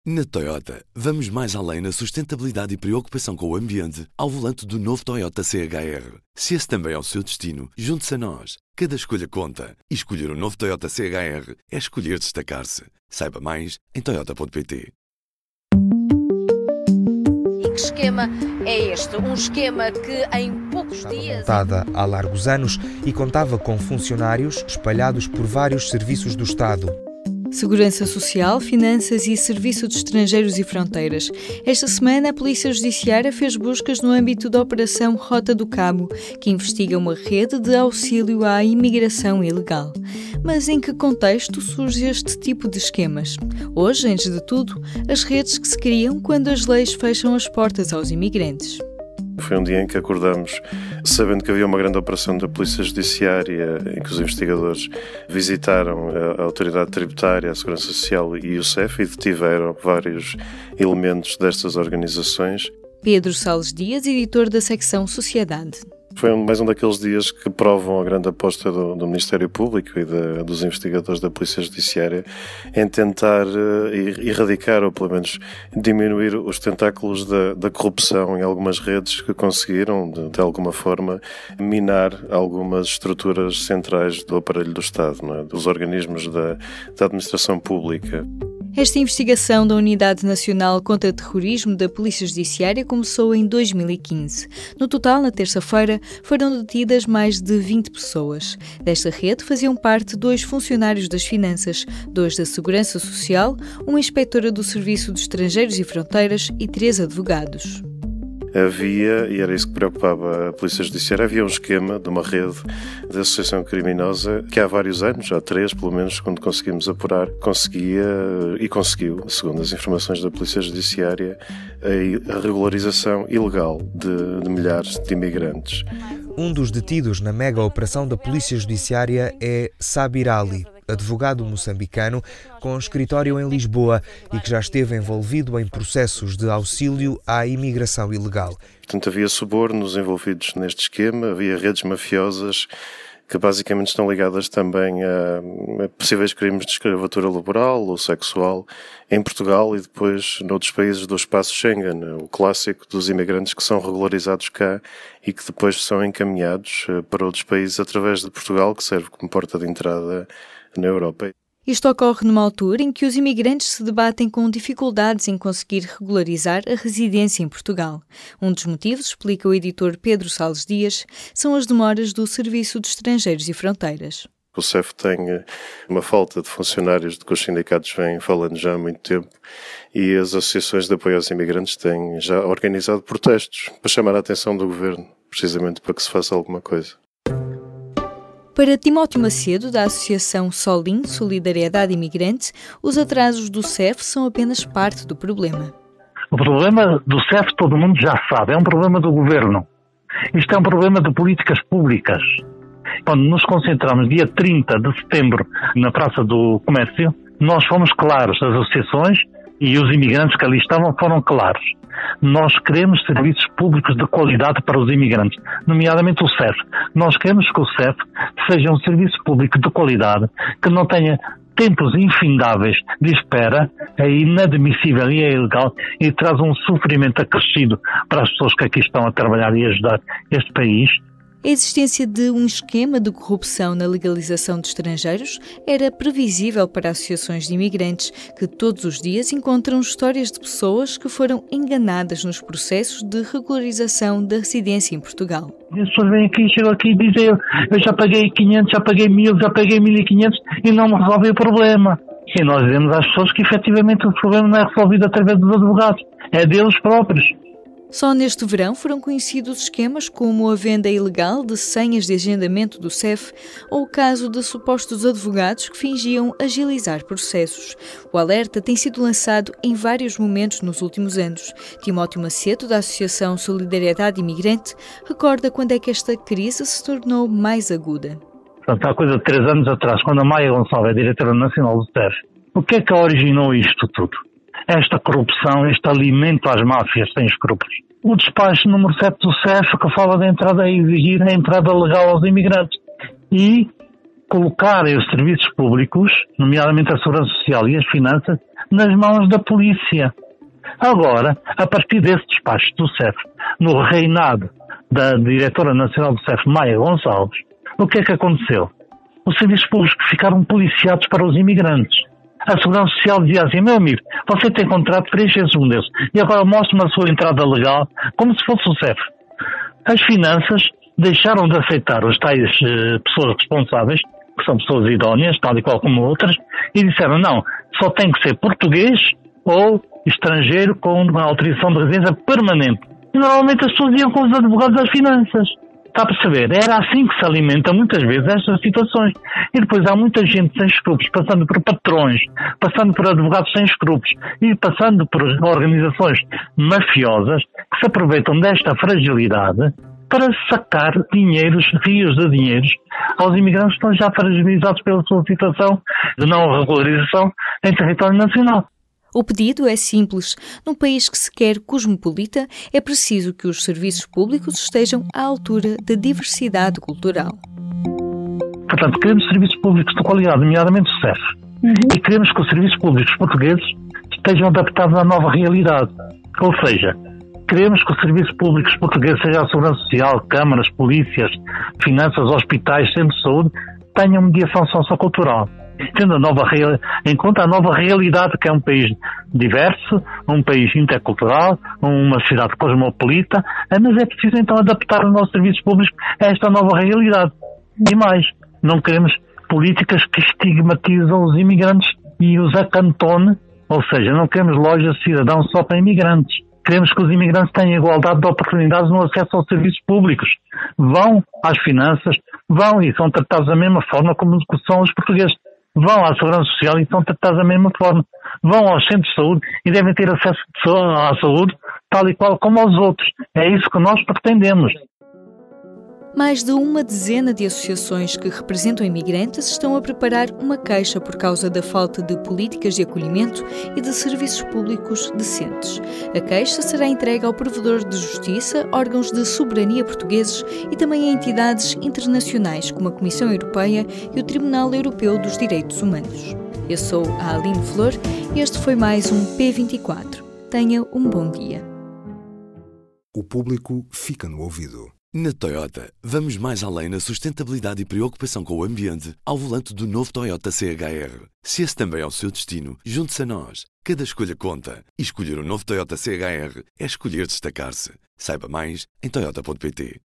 Na Toyota, vamos mais além na sustentabilidade e preocupação com o ambiente ao volante do novo Toyota CHR. Se esse também é o seu destino, junte-se a nós. Cada escolha conta. E escolher o novo Toyota CHR é escolher destacar-se. Saiba mais em toyota.pt. E que esquema é este? Um esquema que em poucos dias... Montada há largos anos e contava com funcionários espalhados por vários serviços do Estado. Segurança Social, Finanças e Serviço de Estrangeiros e Fronteiras. Esta semana, a Polícia Judiciária fez buscas no âmbito da Operação Rota do Cabo, que investiga uma rede de auxílio à imigração ilegal. Mas em que contexto surge este tipo de esquemas? Hoje, antes de tudo, as redes que se criam quando as leis fecham as portas aos imigrantes. Foi um dia em que acordamos sabendo que havia uma grande operação da Polícia Judiciária em que os investigadores visitaram a Autoridade Tributária, a Segurança Social e o CEF e detiveram vários elementos destas organizações. Pedro Salles Dias, editor da secção Sociedade. Foi mais um daqueles dias que provam a grande aposta do Ministério Público e dos investigadores da Polícia Judiciária em tentar erradicar ou pelo menos diminuir os tentáculos da corrupção em algumas redes que conseguiram, de alguma forma, minar algumas estruturas centrais do aparelho do Estado, não é? Dos organismos da administração pública. Esta investigação da Unidade Nacional contra Terrorismo da Polícia Judiciária começou em 2015. No total, na terça-feira, foram detidas mais de 20 pessoas. Desta rede faziam parte 2 funcionários das Finanças, 2 da Segurança Social, uma inspetora do Serviço de Estrangeiros e Fronteiras e 3 advogados. Havia, e era isso que preocupava a Polícia Judiciária, havia um esquema de uma rede de associação criminosa que há vários anos, há 3 pelo menos, quando conseguimos apurar, conseguiu, segundo as informações da Polícia Judiciária, a regularização ilegal de milhares de imigrantes. Um dos detidos na mega operação da Polícia Judiciária é Sabir Ali, advogado moçambicano com escritório em Lisboa e que já esteve envolvido em processos de auxílio à imigração ilegal. Portanto, havia subornos envolvidos neste esquema, havia redes mafiosas que basicamente estão ligadas também a possíveis crimes de escravatura laboral ou sexual em Portugal e depois noutros países do espaço Schengen, o clássico dos imigrantes que são regularizados cá e que depois são encaminhados para outros países através de Portugal, que serve como porta de entrada na Europa. Isto ocorre numa altura em que os imigrantes se debatem com dificuldades em conseguir regularizar a residência em Portugal. Um dos motivos, explica o editor Pedro Salles Dias, são as demoras do Serviço de Estrangeiros e Fronteiras. O CEF tem uma falta de funcionários de que os sindicatos vêm falando já há muito tempo e as associações de apoio aos imigrantes têm já organizado protestos para chamar a atenção do governo, precisamente para que se faça alguma coisa. Para Timóteo Macedo, da Associação Solim, Solidariedade Imigrante, os atrasos do CEF são apenas parte do problema. O problema do CEF todo mundo já sabe, é um problema do governo. Isto é um problema de políticas públicas. Quando nos concentramos dia 30 de setembro na Praça do Comércio, nós fomos claros, as associações e os imigrantes que ali estavam foram claros. Nós queremos serviços públicos de qualidade para os imigrantes, nomeadamente o CEF. Nós queremos que o CEF seja um serviço público de qualidade, que não tenha tempos infindáveis de espera, é inadmissível e é ilegal e traz um sofrimento acrescido para as pessoas que aqui estão a trabalhar e ajudar este país. A existência de um esquema de corrupção na legalização de estrangeiros era previsível para associações de imigrantes que todos os dias encontram histórias de pessoas que foram enganadas nos processos de regularização da residência em Portugal. As pessoas vêm aqui, chegam aqui e dizem eu já paguei 500, já paguei 1000, já paguei 1500 e não me resolvem o problema. E nós dizemos às pessoas que efetivamente o problema não é resolvido através dos advogados, é deles próprios. Só neste verão foram conhecidos esquemas como a venda ilegal de senhas de agendamento do CEF ou o caso de supostos advogados que fingiam agilizar processos. O alerta tem sido lançado em vários momentos nos últimos anos. Timóteo Macedo, da Associação Solidariedade Imigrante, recorda quando é que esta crise se tornou mais aguda. Portanto, há coisa de 3 anos atrás, quando a Maia Gonçalves é diretora nacional do CEF, o que é que originou isto tudo? Esta corrupção, este alimento às máfias sem escrúpulos. O despacho número 7 do CEF que fala da entrada a exigir a entrada legal aos imigrantes e colocarem os serviços públicos, nomeadamente a Segurança Social e as Finanças, nas mãos da polícia. Agora, a partir desse despacho do CEF, no reinado da diretora nacional do CEF, Maia Gonçalves, o que é que aconteceu? Os serviços públicos ficaram policiados para os imigrantes. A Segurança Social dizia assim: meu amigo, você tem contrato, preenche esses modelos e agora mostre-me a sua entrada legal, como se fosse o CEF. As finanças deixaram de aceitar os tais pessoas responsáveis, que são pessoas idóneas, tal e qual como outras, e disseram: não, só tem que ser português ou estrangeiro com uma autorização de residência permanente. E normalmente as pessoas iam com os advogados das finanças. Está a perceber? Era assim que se alimenta muitas vezes estas situações. E depois há muita gente sem escrúpulos, passando por patrões, passando por advogados sem escrúpulos e passando por organizações mafiosas que se aproveitam desta fragilidade para sacar dinheiros, rios de dinheiros, aos imigrantes que estão já fragilizados pela sua situação de não regularização em território nacional. O pedido é simples. Num país que se quer cosmopolita, é preciso que os serviços públicos estejam à altura da diversidade cultural. Portanto, queremos serviços públicos de qualidade, nomeadamente o CEF. E queremos que os serviços públicos portugueses estejam adaptados à nova realidade. Ou seja, queremos que os serviços públicos portugueses, seja a Segurança Social, câmaras, polícias, finanças, hospitais, centros de saúde, tenham mediação sociocultural. Tendo em conta a nova realidade que é um país diverso, um país intercultural, uma cidade cosmopolita, mas é preciso então adaptar os nossos serviços públicos a esta nova realidade. E mais, não queremos políticas que estigmatizam os imigrantes e os acantone, ou seja, não queremos lojas de cidadãos só para imigrantes. Queremos que os imigrantes tenham igualdade de oportunidades no acesso aos serviços públicos. Vão às finanças, vão e são tratados da mesma forma como são os portugueses. Vão à Segurança Social e são tratados da mesma forma. Vão aos centros de saúde e devem ter acesso à saúde tal e qual como aos outros. É isso que nós pretendemos. Mais de uma dezena de associações que representam imigrantes estão a preparar uma queixa por causa da falta de políticas de acolhimento e de serviços públicos decentes. A queixa será entregue ao Provedor de Justiça, órgãos de soberania portugueses e também a entidades internacionais como a Comissão Europeia e o Tribunal Europeu dos Direitos Humanos. Eu sou a Aline Flor e este foi mais um P24. Tenha um bom dia. O público fica no ouvido. Na Toyota, vamos mais além na sustentabilidade e preocupação com o ambiente ao volante do novo Toyota CHR. Se esse também é o seu destino, junte-se a nós. Cada escolha conta. E escolher o novo Toyota CHR é escolher destacar-se. Saiba mais em toyota.pt.